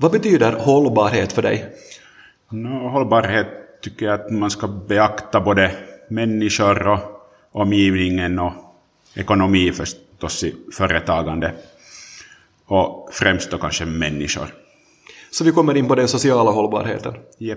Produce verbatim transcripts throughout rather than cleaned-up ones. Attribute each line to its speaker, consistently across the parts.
Speaker 1: Vad betyder hållbarhet för dig?
Speaker 2: No, hållbarhet tycker jag att man ska beakta både människor och omgivningen och ekonomi förstås i företagande. Och främst då kanske människor.
Speaker 1: Så vi kommer in på den sociala hållbarheten.
Speaker 2: Jepp.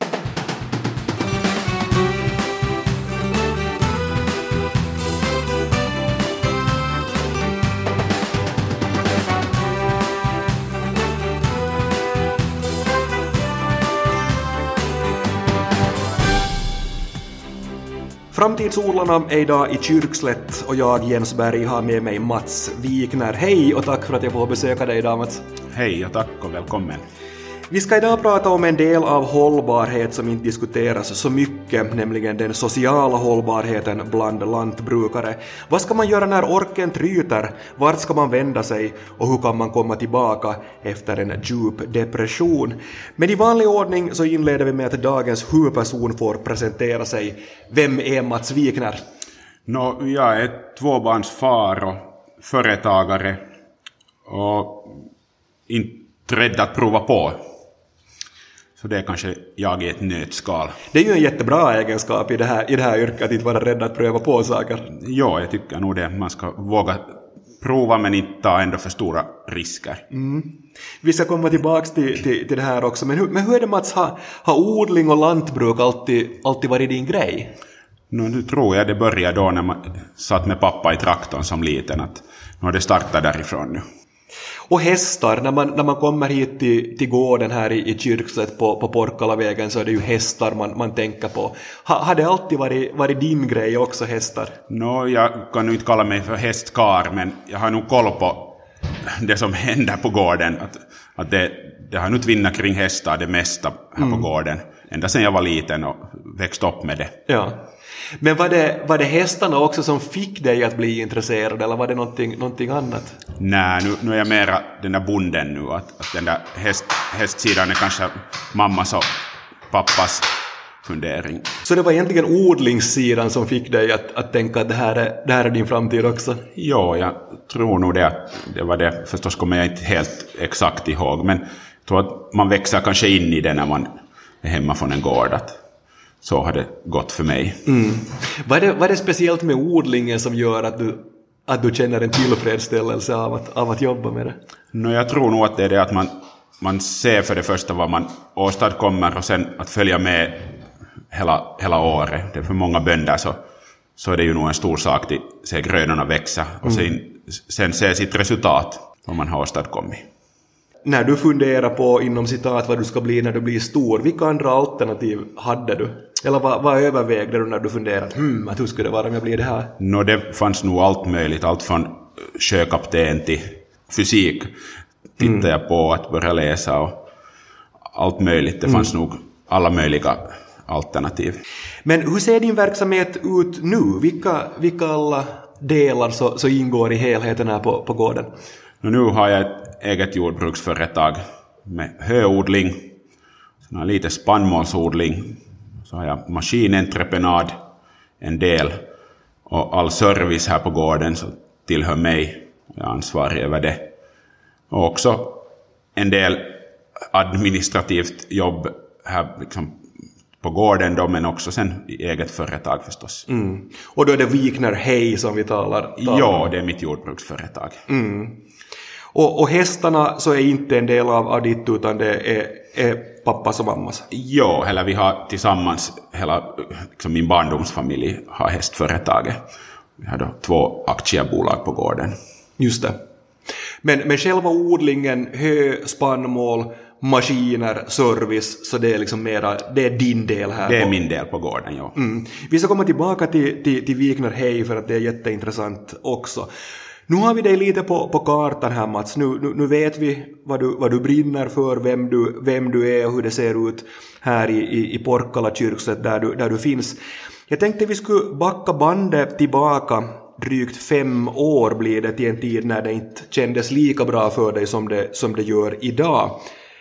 Speaker 1: Framtidsodlarna är idag i Kyrkslätt och jag, Jens Berg, har med mig Mats Wikner. Hej och tack för att jag får besöka dig idag, Mats.
Speaker 2: Hej och tack och välkommen.
Speaker 1: Vi ska idag prata om en del av hållbarhet som inte diskuteras så mycket, nämligen den sociala hållbarheten bland lantbrukare. Vad ska man göra när orken tryter? Vart ska man vända sig? Och hur kan man komma tillbaka efter en djup depression? Men i vanlig ordning så inleder vi med att dagens huvudperson får presentera sig. Vem är Mats Wikner?
Speaker 2: No, jag är tvåbarnsfar och företagare och inte rädd att prova på. Så det är kanske jag i ett nötskal.
Speaker 1: Det är ju en jättebra egenskap i det här, i det här yrket att inte vara rädd att pröva på saker.
Speaker 2: Ja, jag tycker nog det. Man ska våga prova men inte ta ändå för stora risker.
Speaker 1: Mm. Vi ska komma tillbaka till, till, till det här också. Men hur, men hur är det, Mats? Har, har odling och lantbruk alltid, alltid varit din grej?
Speaker 2: No, nu tror jag det började då när man satt med pappa i traktorn som liten. Att nu har det startat därifrån nu.
Speaker 1: Och hästar, när man, när man kommer hit till, till gården här i, i Kyrkslätt på, på Porkkalavägen så är det ju hästar man, man tänker på. Ha, har det alltid varit, varit din grej också, hästar?
Speaker 2: No, jag kan nu inte kalla mig för hästkar, men jag har nog koll på det som händer på gården. Att, att det, det har nu tvinnat kring hästar det mesta här mm. på gården. Ända sedan jag var liten och växte upp med det.
Speaker 1: Ja. Men var det, var det hästarna också som fick dig att bli intresserad eller var det någonting, någonting annat?
Speaker 2: Nej, nu, nu är jag mera den där bonden nu. Att, att den där häst, hästsidan är kanske mammas och pappas fundering.
Speaker 1: Så det var egentligen odlingssidan som fick dig att, att tänka att det här, är, det här är din framtid också?
Speaker 2: Ja, jag tror nog det. Det var det. Förstås kommer jag inte helt exakt ihåg. Men jag tror att man växer kanske in i det när man är hemma från en gård. Att så har det gått för mig.
Speaker 1: Mm. Vad är det, vad är det speciellt med odlingen som gör att du, att du känner en tillfredsställelse av att, av att jobba med det?
Speaker 2: No, jag tror nog att det är det att man, man ser för det första vad man åstadkommer och sen att följa med hela, hela året. Det är för många bönder så, så är det ju nog en stor sak att se grönorna växa och sen, mm. sen se sitt resultat vad man har åstadkommit.
Speaker 1: När du funderar på inom citat vad du ska bli när du blir stor, vilka andra alternativ hade du? Eller vad, vad övervägde du när du funderade hmm, att hur skulle det vara om jag blir det här?
Speaker 2: No, det fanns nog allt möjligt, allt från sjökapten till fysik tittade mm. jag på att börja läsa och allt möjligt. Det fanns mm. nog alla möjliga alternativ.
Speaker 1: Men hur ser din verksamhet ut nu? Vilka, vilka alla delar så, så ingår i helheten här på, på gården?
Speaker 2: No, nu har jag ett eget jordbruksföretag med höodling, så lite spannmålsodling, så har jag maskinentreprenad en del och all service här på gården så tillhör mig, jag är ansvarig över det. Och också en del administrativt jobb här liksom på gården då, men också sen i eget företag förstås. Mm.
Speaker 1: Och då är det Wikner Hej som vi talar, talar
Speaker 2: Ja, om. Det är mitt jordbruksföretag.
Speaker 1: Mm. Och, och hästarna så är inte en del av, av ditt utan det är, är pappas och mammas?
Speaker 2: Ja, eller vi har tillsammans, hela liksom min barndomsfamilj har hästföretaget. Vi har då två aktiebolag på gården.
Speaker 1: Just det. Men, men själva odlingen, hö, spannmål, maskiner, service, så det är liksom mera, det är din del här.
Speaker 2: Det är
Speaker 1: på.
Speaker 2: min del på gården, ja.
Speaker 1: Mm. Vi ska komma tillbaka till, till, till Wikner Hej för att det är jätteintressant också. Nu har vi dig lite på, på kartan här, Mats. Nu, nu, nu vet vi vad du, vad du brinner för, vem du, vem du är och hur det ser ut här i, i, i Porkkala Kyrkslätt där du, där du finns. Jag tänkte vi skulle backa bandet tillbaka drygt fem år blir det till en tid när det inte kändes lika bra för dig som det, som det gör idag.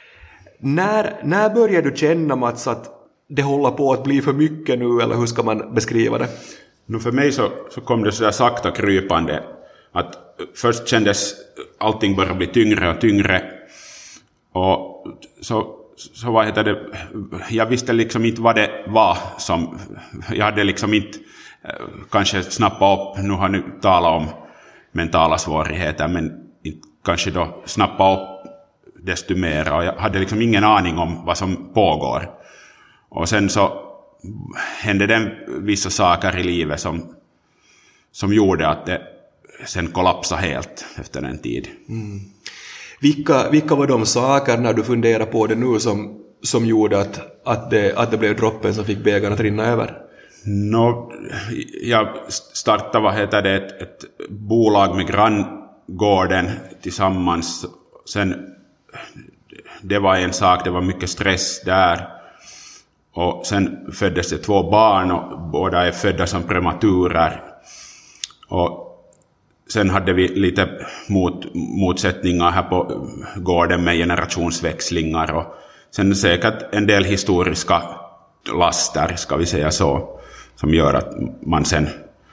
Speaker 1: När, när började du känna, Mats, att det håller på att bli för mycket nu, eller hur ska man beskriva det?
Speaker 2: Nu för mig så, så kom det så där sakta krypande att först kändes allting bara bli tyngre och tyngre och så, så vad heter det, jag visste liksom inte vad det var som, jag hade liksom inte kanske snappat upp, nu har nu talat om mentala svårigheter, men inte kanske då snappa upp desto mer, och jag hade liksom ingen aning om vad som pågår. Och sen så hände det vissa saker i livet som, som gjorde att det sen kollapsade helt efter en tid.
Speaker 1: Mm. Vilka, vilka var de saker när du funderar på det nu som, som gjorde att, att, det, att det blev droppen som fick bägaren att rinna över?
Speaker 2: No, jag startade vad heter det, ett, ett bolag med granngården tillsammans. Sen det var en sak, det var mycket stress där. Och sen föddes det två barn och båda är födda som prematurer. Och sen hade vi lite mot, motsättningar här på gården med generationsväxlingar. Och sen säkert en del historiska laster, ska vi säga så, som gör att man sen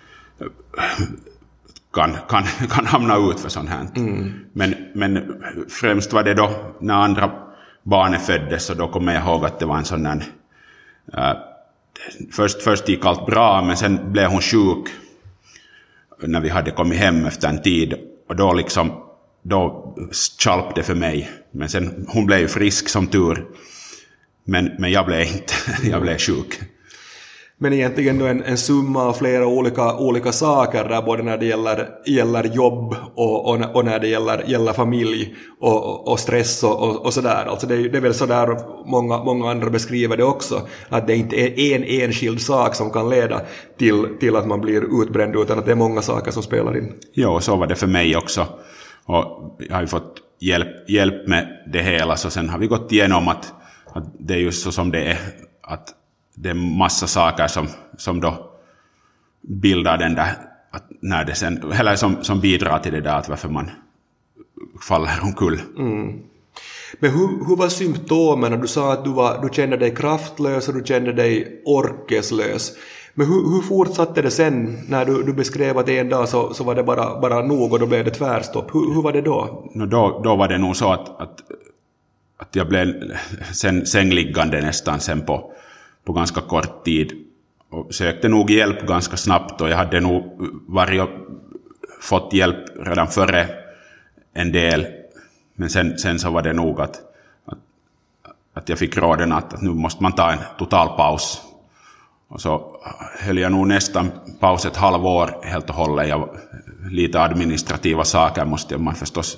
Speaker 2: kan, kan, kan hamna ut för sånt här. Mm. Men, men främst var det då när andra barnet föddes, och då kommer jag ihåg att det var en sån där, uh, först, först gick allt bra, men sen blev hon sjuk när vi hade kommit hem efter en tid, och då liksom då chalpade det för mig, men sen hon blev ju frisk som tur, men, men jag blev inte, jag blev sjuk.
Speaker 1: Men egentligen då en, en summa av flera olika, olika saker där, både när det gäller, gäller jobb och, och, och när det gäller, gäller familj och, och, och stress och, och, och sådär. Alltså det, det är väl sådär många, många andra beskriver det också, att det inte är en enskild sak som kan leda till, till att man blir utbränd, utan att det är många saker som spelar in.
Speaker 2: Ja, så var det för mig också. Och jag har ju fått hjälp, hjälp med det hela, så sen har vi gått igenom att, att det är just så som det är, att det är massa saker som, som då bildar den där, att när det sen, eller som, som bidrar till det där, att varför man faller omkull. Mm.
Speaker 1: Men hur, hur var symptomen när du sa att du, var, du kände dig kraftlös och du kände dig orkeslös? Men hur, hur fortsatte det sen när du, du beskrev att en dag så, så var det bara, bara nog och då blev det tvärstopp? Hur, hur var det då?
Speaker 2: No, då? Då var det nog så att, att, att jag blev sen, sängliggande nästan sen på på ganska kort tid, och sökte nog hjälp ganska snabbt, och jag hade nog varit och fått hjälp redan före en del, men sen, sen så var det nog att, att, att jag fick råden att, att nu måste man ta en total paus, och så höll jag nog nästan paus ett halvår helt och hållet. Jag, lite administrativa saker måste man förstås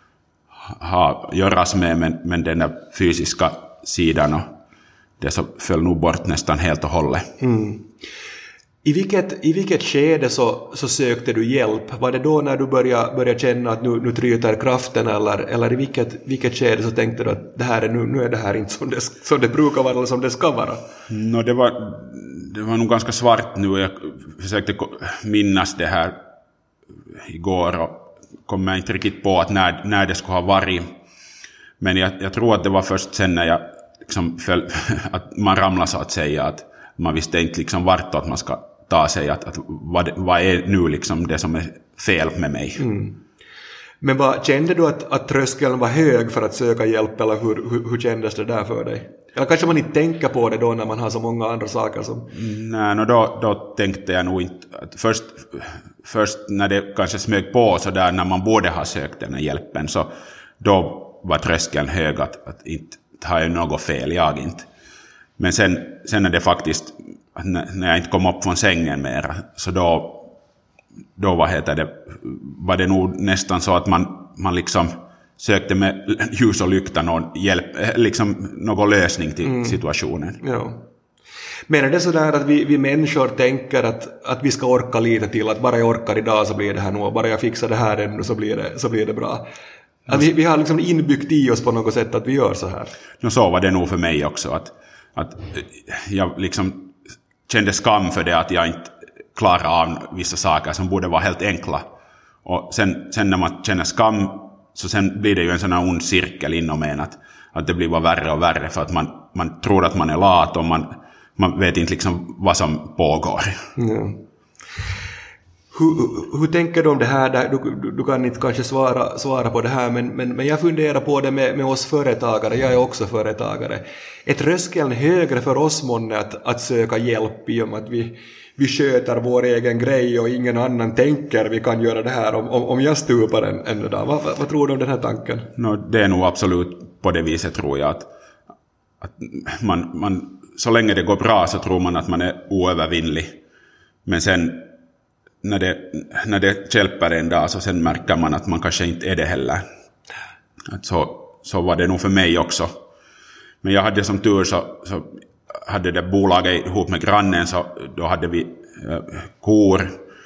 Speaker 2: ha, göras med, men, men den där fysiska sidan och det så föll nog bort nästan helt och hållet. Mm.
Speaker 1: I vilket, i vilket skede så, så sökte du hjälp? Var det då när du började, började känna att nu, nu tryter kraften, eller, eller i vilket, vilket skede så tänkte du att det här är nu, nu är det här inte som det, som det brukar vara eller som det ska vara?
Speaker 2: No, det, var, det var nog ganska svart nu. Jag försökte minnas det här igår och kom inte riktigt på att när, när det skulle ha varit. Men jag, jag tror att det var först sen när jag liksom föll, att man ramlade så att säga, att man visste inte liksom vart att man ska ta sig, att, att vad, vad är nu liksom det som är fel med mig. Mm.
Speaker 1: Men vad, kände du att, att tröskeln var hög för att söka hjälp, eller hur, hur, hur kändes det där för dig? Eller kanske man inte tänker på det då när man har så många andra saker som...
Speaker 2: Nej, no, då, då tänkte jag nog inte att först, först när det kanske smög på så där när man borde ha sökt den här hjälpen, så då var tröskeln hög att, att inte har jag något fel, jag inte. Men sen, sen är det faktiskt, när jag inte kom upp från sängen mer, så då, då vad heter det, var det nog nästan så att man, man liksom sökte med ljus och lykta någon hjälp, liksom någon lösning till mm. situationen.
Speaker 1: Ja. Men är det så där att vi, vi människor tänker att, att vi ska orka lite till, att bara jag orkar idag så blir det här nog, bara jag fixar det här ännu så blir det, så blir det bra. Att vi, vi har liksom inbyggt i oss på något sätt att vi gör så här.
Speaker 2: No, så var det nog för mig också, att, att jag liksom kände skam för det att jag inte klarar av vissa saker som borde vara helt enkla. Och sen, sen när man känner skam, så sen blir det ju en sån här ond cirkel inom en, att, att det blir bara värre och värre, för att man, man tror att man är lat och man, man vet inte liksom vad som pågår.
Speaker 1: Ja. hur, hur tänker du om det här? Där, du, du, du kan inte kanske svara, svara på det här, men, men, men jag funderar på det med, med oss företagare. Jag är också företagare. Är tröskeln högre för oss månne att, att söka hjälp i och med att vi, vi sköter vår egen grej och ingen annan tänker vi kan göra det här om, om, om jag stupar en, en dag. Vad, vad, vad tror du om den här tanken?
Speaker 2: No, det är nog absolut på det viset, tror jag, att, att man, man, så länge det går bra så tror man att man är oövervinnlig. Men sen när det, när det hjälper en dag så sen märker man att man kanske inte är det heller. Att så, så var det nog för mig också. Men jag hade som tur så, så hade det bolaget ihop med grannen, så då hade vi eh, kor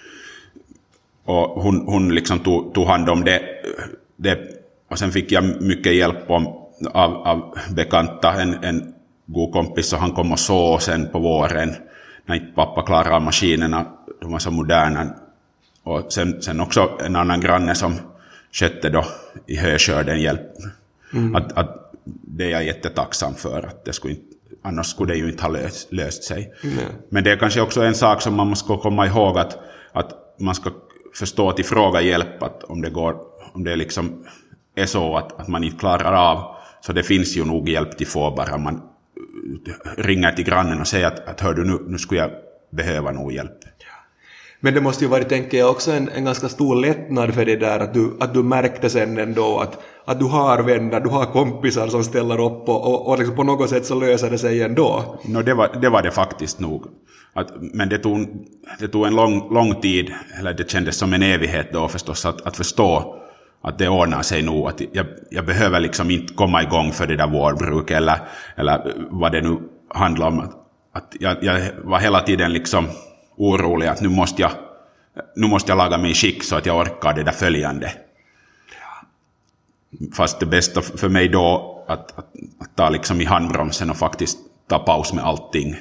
Speaker 2: och hon, hon liksom tog, tog hand om det, det. Och sen fick jag mycket hjälp om, av, av bekanta, en, en god kompis, så han kom och så sen på våren när inte pappa klarade maskinerna, de var så moderna. Och sen, sen också en annan granne som skötte då i höskörden hjälp. Mm. Att, att det är jag jättetacksam för, att det skulle inte, annars skulle det ju inte ha löst, löst sig. Mm. Men det är kanske också en sak som man måste komma ihåg, att, att man ska förstå att fråga hjälp, att om det går, om det liksom är så att, att man inte klarar av, så det finns ju nog hjälp till få, bara man ringer till grannen och säger att, att hör du, nu, nu skulle jag behöva nog hjälp.
Speaker 1: Men det måste ju vara, tänker jag, också en, en ganska stor lättnad för det där att du, att du märkte sen ändå att, att du har vänner, du har kompisar som ställer upp och, och, och liksom på något sätt så löser det sig ändå.
Speaker 2: No, det, var, det var det faktiskt nog. Att, men det tog, det tog en lång, lång tid, eller det kändes som en evighet då förstås, att, att förstå att det ordnar sig nog. Att jag, jag behöver liksom inte komma igång för det där vårdbruk eller, eller vad det nu handlar om. Att, att jag, jag var hela tiden liksom orolig att nu måste jag, nu måste jag laga mig skick så att jag orkar det där följande. Ja. Fast det bästa för mig då att, att, att ta liksom i handbromsen och faktiskt ta paus med allting.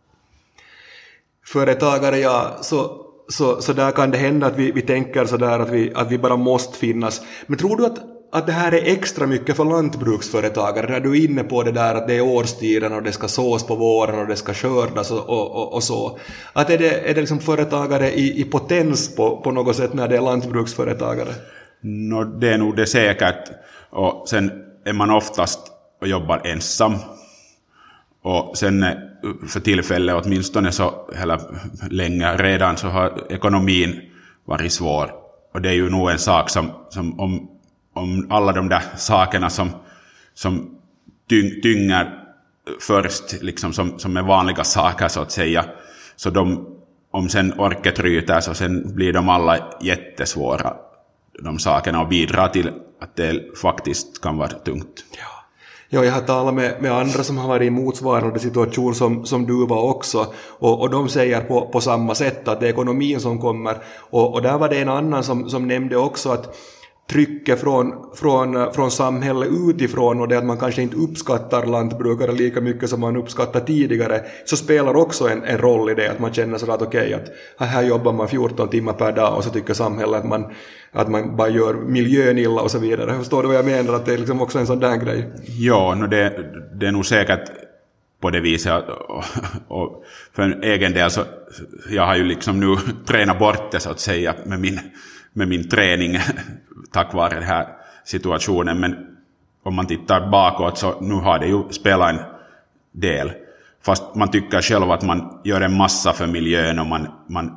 Speaker 1: Företagare, ja, så, så, så där kan det hända att vi, vi tänker så där att vi, att vi bara måste finnas. Men tror du att, att det här är extra mycket för lantbruksföretagare när du är inne på det där att det är årstiden och det ska sås på våren och det ska skördas och, och, och, och så. Att är det, är det liksom företagare i, i potens på, på något sätt när det är lantbruksföretagare?
Speaker 2: No, det är nog det säkert. Och sen är man oftast och jobbar ensam. Och sen för tillfället åtminstone så hela länge redan så har ekonomin varit svår. Och det är ju nog en sak som, som om, om alla de där sakerna som, som tyng, tynger först liksom som, som är vanliga saker så att säga. Så de, om sen orket ryter så sen blir de alla jättesvåra, de sakerna, och bidrar till att det faktiskt kan vara tungt.
Speaker 1: Ja. Ja, jag har talat med, med andra som har varit i motsvarande situation som, som du var också, och, och de säger på, på samma sätt att det är ekonomin som kommer, och, och där var det en annan som, som nämnde också att trycket från, från, från samhället utifrån och det att man kanske inte uppskattar lantbrukare lika mycket som man uppskattar tidigare, så spelar också en, en roll i det, att man känner så att okej, okay, att här jobbar man fjorton timmar per dag och så tycker samhället att man, att man bara gör miljön illa och så vidare. Förstår du vad jag menar? Att det är liksom också en sån där grej.
Speaker 2: Ja, no det, det är nog säkert på det viset, och, och för en egen del så jag har ju liksom nu tränat bort det så att säga med min, med min träning tack vare den här situationen, men om man tittar bakåt så nu har det ju spelat en del, fast man tycker själv att man gör en massa för miljön och man, man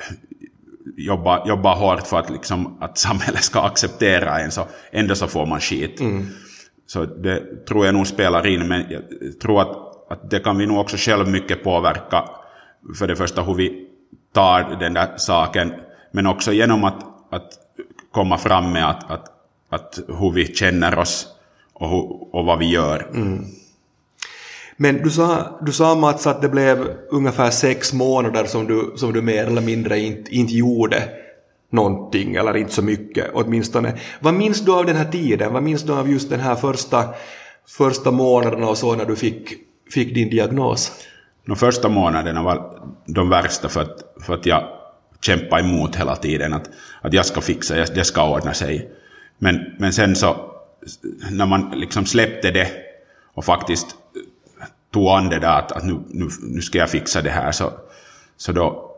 Speaker 2: jobbar, jobbar hårt för att, liksom, att samhället ska acceptera en, så ändå så får man skit. Mm. Så det tror jag nog spelar in, men jag tror att, att det kan vi nog också själv mycket påverka, för det första hur vi tar den där saken, men också genom att, att komma fram med att, att, att hur vi känner oss och, hur, och vad vi gör. Mm.
Speaker 1: Men du sa, du sa Mats att det blev ungefär sex månader som du, som du mer eller mindre inte, inte gjorde någonting, eller inte så mycket åtminstone. Vad minns du av den här tiden? Vad minns du av just den här första, första månaderna och så när du fick, fick din diagnos?
Speaker 2: De första månaderna var de värsta för att, för att jag kämpa emot hela tiden att, att jag ska fixa, jag, det ska ordna sig. Men, men sen så när man liksom släppte det och faktiskt tog an det där att, att nu, nu, nu ska jag fixa det här, så, så då,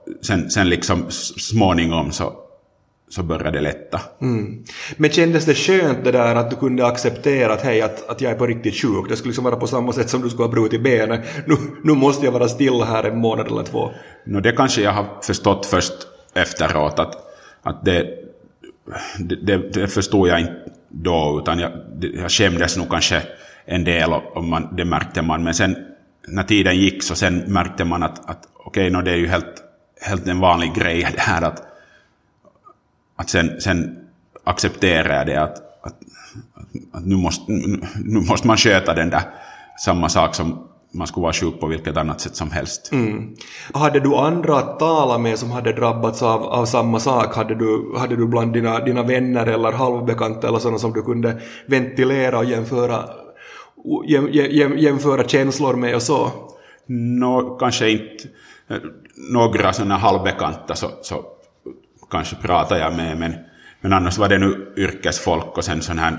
Speaker 2: sen, sen liksom småningom så, så började det lätta.
Speaker 1: Mm. Men kändes det skönt det där att du kunde acceptera att hej, att, att jag är på riktigt sjuk? Det skulle liksom vara på samma sätt som du skulle ha brutit benet. Nu, nu måste jag vara stilla här en månad eller två.
Speaker 2: No, det kanske jag har förstått först efteråt att, att det, det, det förstod jag inte då, utan jag, jag skämdes nog kanske en del och man, det märkte man. Men sen när tiden gick så sen märkte man att, att okej, okay, no, det är ju helt, helt en vanlig grej det här att, att sen, sen accepterar jag det att, att, att nu, måste, nu måste man sköta den där samma sak som man skulle vara sjuk på vilket annat sätt som helst.
Speaker 1: Mm. Hade du andra att tala med som hade drabbats av, av samma sak? Hade du, hade du bland dina, dina vänner eller halvbekanta eller sådana som du kunde ventilera och jämföra, jäm, jäm, jämföra känslor med och så?
Speaker 2: No, kanske inte några sådana halvbekanta så, så kanske pratar jag med, men, men annars var det nu yrkesfolk och sen sån här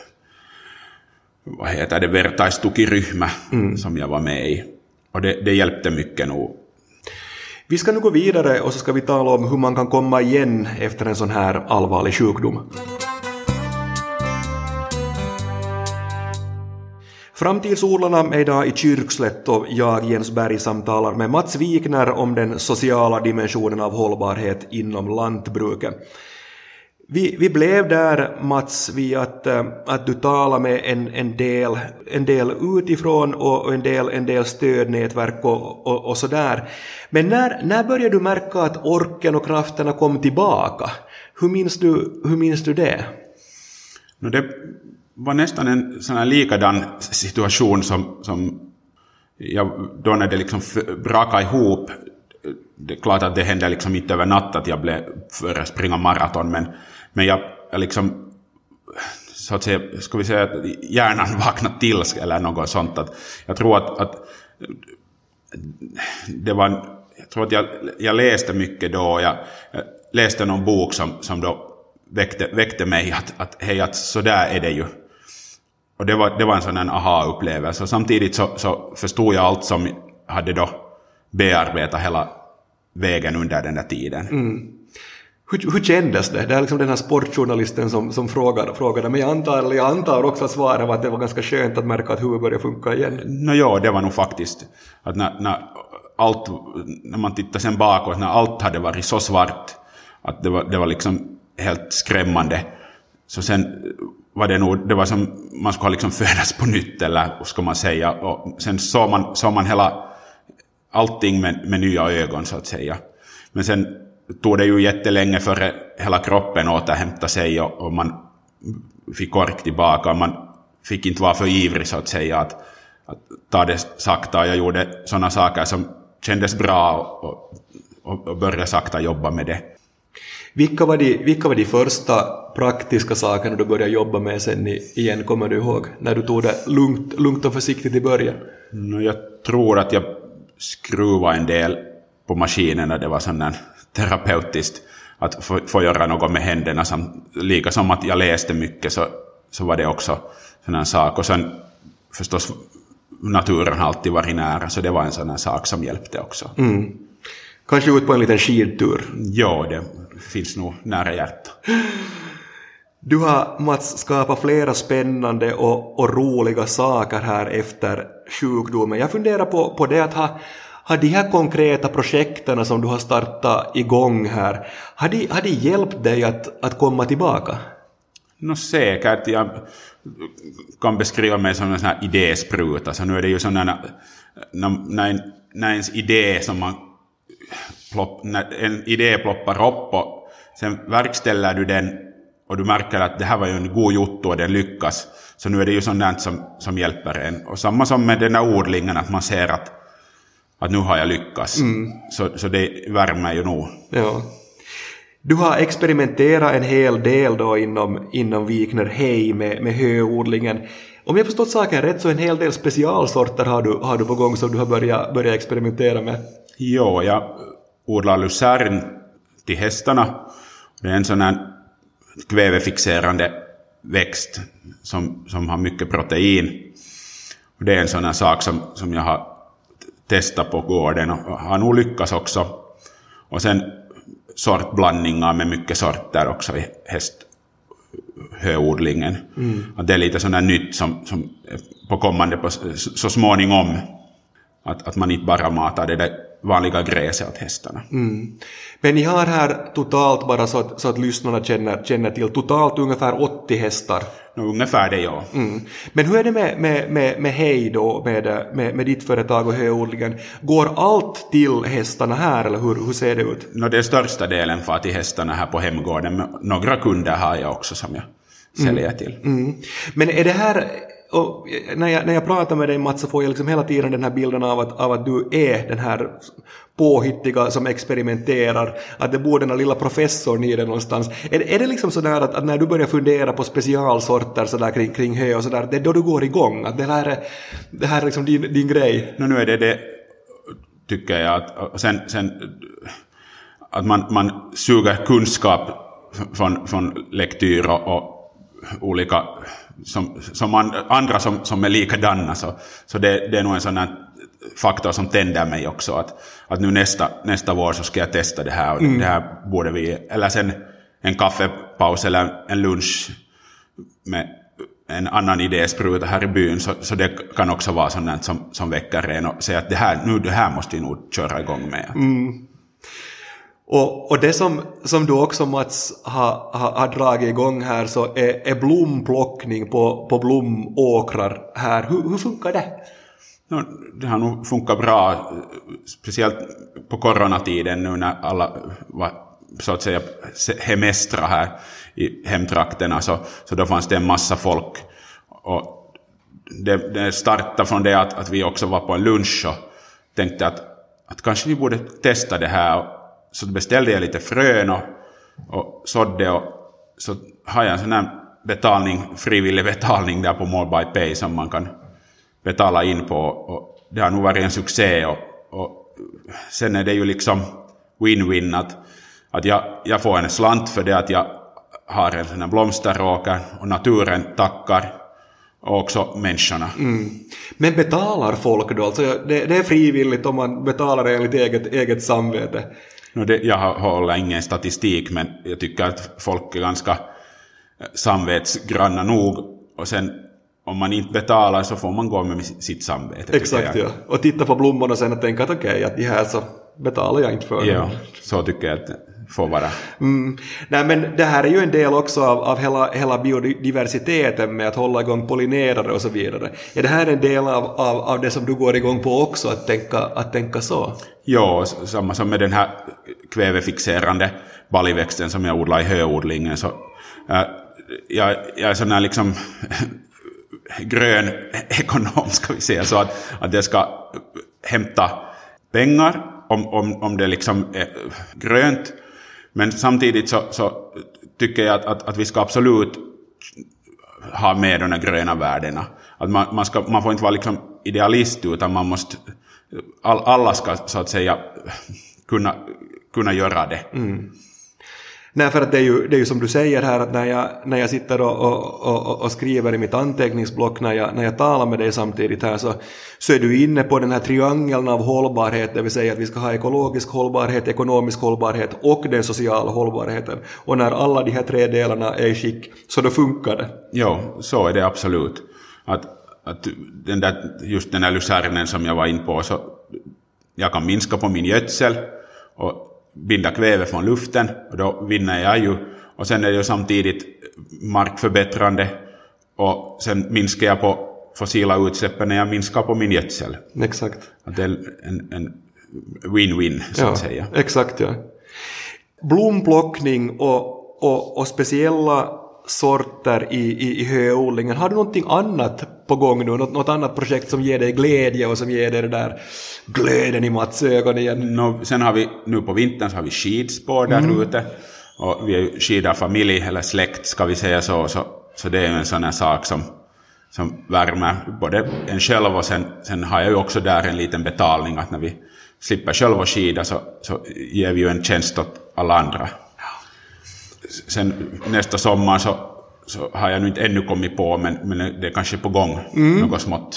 Speaker 2: vad heter det, vertaistukiryhmä mm. som jag var med i. Och det, det hjälpte mycket nog.
Speaker 1: Vi ska nu gå vidare och så ska vi tala om hur man kan komma igen efter en sån här allvarlig sjukdom. Framtidsodlarna är idag i Kyrkslätt och jag, Jens Berg, samtalar med Mats Wikner om den sociala dimensionen av hållbarhet inom lantbruket. Vi, vi blev där, Mats, vid att, att du talar med en, en, del, en del utifrån och en del, en del stödnätverk och, och, och sådär. Men när, när började du märka att orken och krafterna kom tillbaka? Hur minns du, hur minns du det?
Speaker 2: No, det var nästan en sån här likadan situation som, som jag, då när det liksom brakade ihop. Det är klart att det hände liksom inte över natt att jag blev för att springa maraton, men, men jag, jag liksom så att säga, ska vi säga att hjärnan vaknade till eller något sånt. Att jag tror att, att det var, jag tror att jag, jag läste mycket då, jag, jag läste någon bok som, som då väckte, väckte mig att, att hej, att så där är det ju. Och det var, det var en sån här aha-upplevelse. Och samtidigt så, så förstod jag allt som hade då bearbetat hela vägen under den där tiden.
Speaker 1: Mm. Hur, hur kändes det? Det är liksom den här sportjournalisten som, som frågar, frågade, men jag antar, eller jag antar också att svaret var att det var ganska skönt att märka att huvudet började funka igen.
Speaker 2: No, ja, det var nog faktiskt att när, när, allt, när man tittar sen bakåt, när allt hade varit så svart att det var, det var liksom helt skrämmande, så sen var det nog, det var som man skulle liksom födas på nytt, eller ska man säga, och sen såg man, såg man hela allting med, med nya ögon så att säga. Men sen tog det ju jättelänge för hela kroppen återhämta sig och, och man fick ork tillbaka och man fick inte vara för ivrig så att säga att, att ta det sakta. Jag gjorde sådana saker som kändes bra och, och, och började sakta jobba med det.
Speaker 1: Vilka var de, vilka var de första praktiska sakerna du började jobba med sen igen, kommer du ihåg? När du tog det lugnt, lugnt och försiktigt i början?
Speaker 2: Jag tror att jag skruva en del på maskinerna, det var sån där terapeutiskt att få, få göra något med händerna, som, lika som att jag läste mycket så, så var det också sån här sak, och sen förstås naturen har alltid varit nära, så det var en sån här sak som hjälpte också.
Speaker 1: Mm. Kanske ut på en liten skidtur?
Speaker 2: Ja, det finns nog nära hjärta.
Speaker 1: Du har, Mats, skapat flera spännande och, och roliga saker här efter sjukdomen. Jag funderar på, på det att ha, ha de här konkreta projekten som du har startat igång här, har de, har de hjälpt dig att, att komma tillbaka?
Speaker 2: Nå, säkert. Jag kan beskriva mig som en sån här idéspruta. Så nu är det ju sån här, när, när, när ens idé som man plopp, när en idé ploppar upp och sen verkställer du den och du märker att det här var ju en god jotto och den lyckas. Så nu är det ju sånt som, som hjälper en. Och samma som med den här odlingen, att man ser att, att nu har jag lyckats. Mm. Så, så det värmer ju nog.
Speaker 1: Ja. Du har experimenterat en hel del då inom, inom Wikner Hej med, med höodlingen. Om jag förstått saken rätt så en hel del specialsorter har du, har du på gång som du har börjat, börjat experimentera med.
Speaker 2: Jo, jag odlar lucern till hästarna. Det är en sån här kvävefixerande växt som, som har mycket protein. Och det är en sån här sak som, som jag har testat på gården och har nog lyckats också. Och sen sortblandningar med mycket sorter också i hästhöodlingen. Mm. Att det är lite sådär nytt som, som på kommande på, så småningom. Att, att man inte bara matar det där vanliga gräset åt hästarna.
Speaker 1: Mm. Men ni har här totalt, bara så att, så att lyssnarna känner, känner till, totalt ungefär åttio hästar.
Speaker 2: No, ungefär det, ja.
Speaker 1: Mm. Men hur är det med, med, med, med hej då, med, med, med ditt företag och höodlingen? Går allt till hästarna här, eller hur, hur ser det ut?
Speaker 2: No, det är största delen för till hästarna här på hemgården. Men några kunder har jag också som jag säljer mm. till. Mm.
Speaker 1: Men är det här... Och när jag, när jag pratar med dig, Mats, så får jag liksom hela tiden den här bilden av att, av att du är den här påhittiga som experimenterar, att det bor den här lilla professorn i det någonstans. Är, är det liksom sådär att, att när du börjar fundera på specialsorter så där kring, kring hö och sådär, det är då du går igång? Att det här är, det här är liksom din, din grej?
Speaker 2: No, nu är det det, tycker jag, att sen, sen att man, man suger kunskap från, från lektyr och, och olika som, som man, andra som, som är likadana, så, så det, det är nog en sån här faktor som tänder mig också, att, att nu nästa, nästa vår så ska jag testa det här och mm. det här borde vi, eller sen en kaffepaus eller en lunch med en annan idéspruta här i byn, så, så det kan också vara sånt som, som väcker en och säger att det här, nu, det här måste vi nog köra igång med.
Speaker 1: Mm. Och, och det som, som du också, Mats, har, har, har dragit igång här, så är, är blomplockning på, på blomåkrar här. Hur, hur funkar det?
Speaker 2: No, det har nog funkat bra, speciellt på coronatiden nu när alla var så att säga hemestra här i hemtrakterna, så, så då fanns det en massa folk. Och det, det startade från det att, att vi också var på en lunch och tänkte att, att kanske vi borde testa det här. Så beställde jag lite frön och, och sådde, och så har jag en sån här betalning, frivillig betalning där på Mobile Pay som man kan betala in på, och det har nog varit en succé, och, och sen är det ju liksom win-win att, att jag, jag får en slant för det att jag har en sån här blomsteråker och naturen tackar och också människorna. Mm.
Speaker 1: Men betalar folk då? Alltså det, det är frivilligt om man betalar enligt eget, eget samvete?
Speaker 2: No, det, jag håller ingen statistik, men jag tycker att folk är ganska samvetsgranna nog, och sen om man inte betalar så får man gå med sitt samvete.
Speaker 1: Exakt, ja. Och titta på blommorna sen och tänka att okej, okay, att de här så betalar jag inte för.
Speaker 2: Ja, så tycker jag att det får vara.
Speaker 1: Mm. Nej, men det här är ju en del också av, av hela, hela biodiversiteten med att hålla igång pollinerare och så vidare. Är det här en del av, av, av det som du går igång på också, att tänka, att tänka så?
Speaker 2: Ja, samma som med den här kvävefixerande baljväxten som jag odlar i höodlingen. Så, äh, jag, jag är sån här liksom grön ekonom, ska vi säga, så att, att jag ska hämta pengar om, om, om det liksom är grönt. Men samtidigt så, så tycker jag att, att, att vi ska absolut ha med de här gröna värdena. Att man, man, ska, man får inte vara liksom idealist, utan man måste, all, alla ska så att säga kunna, kunna göra det. Mm.
Speaker 1: Nej, för att det är, ju, det är ju som du säger här, att när jag, när jag sitter och, och, och, och skriver i mitt anteckningsblock, när jag, när jag talar med dig samtidigt här, så, så är du inne på den här triangeln av hållbarhet, det vill säga att vi ska ha ekologisk hållbarhet, ekonomisk hållbarhet och den sociala hållbarheten. Och när alla de här tre delarna är i skick, så då funkar det.
Speaker 2: Ja, så är det absolut. Att, att den där, just den här lucärnen som jag var in på, så jag kan minska på min gödsel och binda kväve från luften, och då vinner jag ju. Och sen är det ju samtidigt markförbättrande, och sen minskar jag på fossila utsläppen när jag minskar på min gödsel.
Speaker 1: Exakt.
Speaker 2: Att det är en, en win-win, så
Speaker 1: ja,
Speaker 2: att säga.
Speaker 1: Exakt, ja. Blomplockning och, och, och speciella sorter i, i, i höodlingen. Har du någonting annat på gång nu? Något, något annat projekt som ger dig glädje och som ger dig det där glöden i Mats ögon igen?
Speaker 2: No, sen har vi, nu på vintern så har vi skidspår där mm. ute. Och vi är skidarfamilj, eller släkt ska vi säga så. Så, så det är en sån här sak som, som värmer både en själv, och sen, sen har jag ju också där en liten betalning, att när vi slipper själv och skida så, så ger vi ju en tjänst åt alla andra. Sen nästa sommar så, så har jag nu inte ännu kommit på, men, men det är kanske på gång, mm. något smått.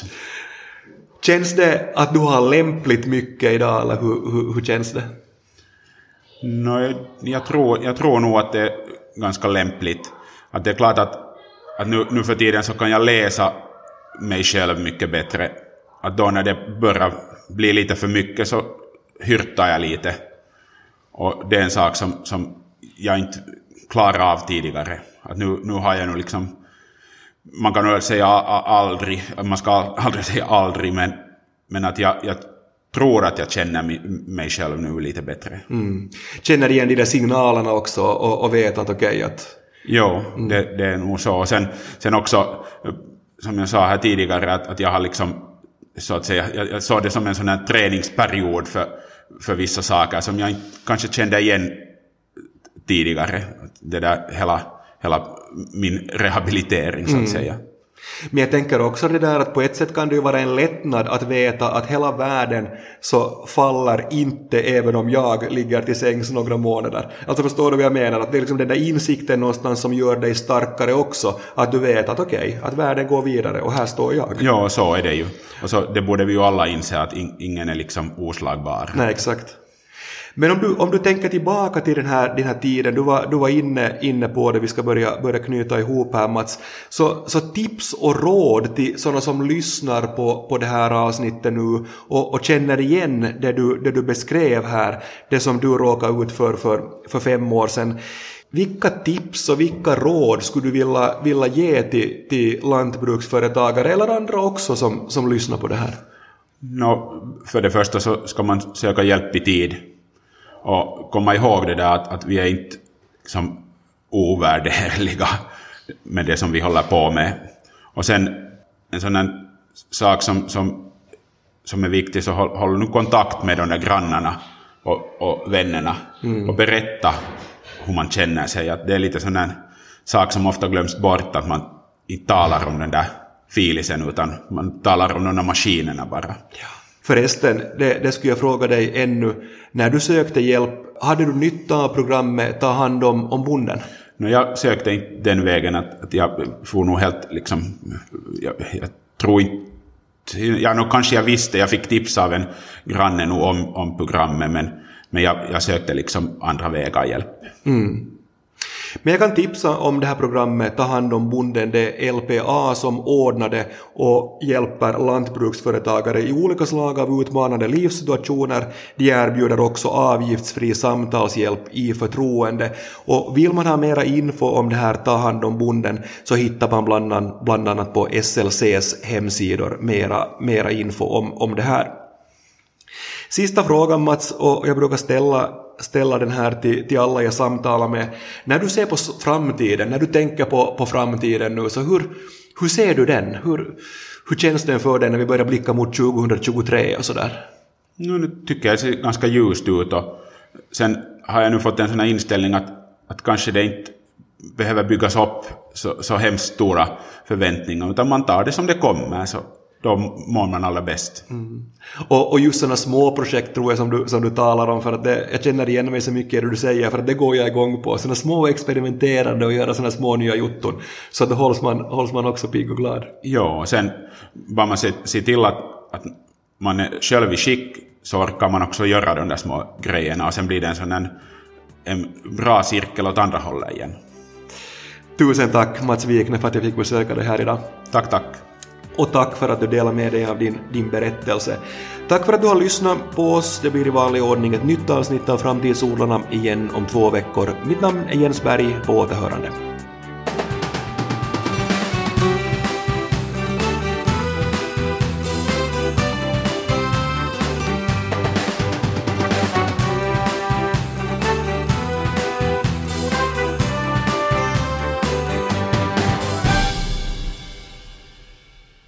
Speaker 1: Känns det att du har lämpligt mycket idag, eller hur, hur, hur känns det?
Speaker 2: No, jag, tror, jag tror nog att det är ganska lämpligt. Att det är klart att, att nu, nu för tiden så kan jag läsa mig själv mycket bättre. Att då när det börjar bli lite för mycket så hyrtar jag lite. Och det är en sak som, som jag inte klarar av tidigare. Att nu, nu har jag nog liksom... Man kan nog säga aldrig, man ska aldrig säga aldrig, men, men att jag, jag tror att jag känner mig, mig själv nu lite bättre.
Speaker 1: Mm. Känner igen de där signalerna också och, och vet att okej okay, att...
Speaker 2: Jo, mm. det, det är nog så. Och sen, sen också, som jag sa här tidigare, att, att jag har liksom, så att säga, jag, jag såg det som en sån här träningsperiod för, för vissa saker som jag kanske kände igen tidigare. Det där hela... hela min rehabilitering så att säga. Mm.
Speaker 1: Men jag tänker också det där att på ett sätt kan det ju vara en lättnad att veta att hela världen så faller inte även om jag ligger till sängs några månader. Alltså förstår du vad jag menar? Att det är liksom den där insikten någonstans som gör dig starkare också. Att du vet att okej, okay, att världen går vidare och här står jag.
Speaker 2: Ja, så är det ju. Och så det borde vi ju alla inse att in, ingen är liksom oslagbar.
Speaker 1: Nej, exakt. Men om du, om du tänker tillbaka till den här, den här tiden, du var, du var inne, inne på det, vi ska börja, börja knyta ihop här Mats, så, så tips och råd till sådana som lyssnar på, på det här avsnittet nu och, och känner igen det du, det du beskrev här, det som du råkade ut för, för för fem år sedan. Vilka tips och vilka råd skulle du vilja, vilja ge till, till lantbruksföretagare eller andra också som, som lyssnar på det här?
Speaker 2: No, för det första så ska man söka hjälp i tid. Och komma ihåg det där att, att vi är inte som ovärderliga med det som vi håller på med. Och sen en sån här sak som, som, som är viktig, så håll, håll nu kontakt med de där grannarna och, och vännerna mm. och berätta hur man känner sig. Att det är lite sån här sak som ofta glöms bort, att man inte talar om den där filisen utan man talar om de där maskinerna bara.
Speaker 1: Ja. Förresten, det, det skulle jag fråga dig ännu. När du sökte hjälp, hade du nytta av programmet Ta hand om, om bonden?
Speaker 2: No, jag sökte inte den vägen att, att jag får nog helt liksom, jag, jag tror inte, ja, nog kanske jag visste, jag fick tips av en granne nog om, om programmet, men, men jag, jag sökte liksom andra vägar hjälp. Mm.
Speaker 1: Men jag kan tipsa om det här programmet Ta hand om bonden, det är L P A som ordnade och hjälper lantbruksföretagare i olika slag av utmanande livssituationer. De erbjuder också avgiftsfri samtalshjälp i förtroende. Och vill man ha mera info om det här Ta hand om bonden så hittar man bland annat, bland annat på S L C:s hemsidor mera, mera info om, om det här. Sista frågan Mats, och jag brukar ställa ställa den här till, till alla jag samtalar med. När du ser på framtiden, när du tänker på, på framtiden nu, så hur, hur ser du den? Hur, hur känns den för dig när vi börjar blicka mot tjugohundratjugotre och sådär?
Speaker 2: Nu, nu tycker jag det ser ganska ljust ut, och sen har jag nu fått en sån här inställning att, att kanske det inte behöver byggas upp så, så hemskt stora förväntningar, utan man tar det som det kommer, så då mår man allra bäst. Mm.
Speaker 1: Och, och just sådana små projekt tror jag som du, som du talar om, för att det, jag känner igen mig så mycket i det du säger, för att det går jag igång på. Sådana små experimenterande och göra sådana små nya jutton, så att då hålls man, hålls man också pigg och glad.
Speaker 2: Ja, och sen bara man ser, ser till att, att man är själv i skick, så orkar man också göra de där små grejerna, och sen blir det en sån en, en bra cirkel åt andra hållet igen.
Speaker 1: Tusen tack Mats Wikner för att jag fick besöka dig här idag.
Speaker 2: Tack, tack.
Speaker 1: Och tack för att du delar med dig av din, din berättelse. Tack för att du har lyssnat på oss. Det blir i vanlig ordning ett nytt avsnitt av Framtidsodlarna igen om två veckor. Mitt namn är Jens Berg, på återhörande.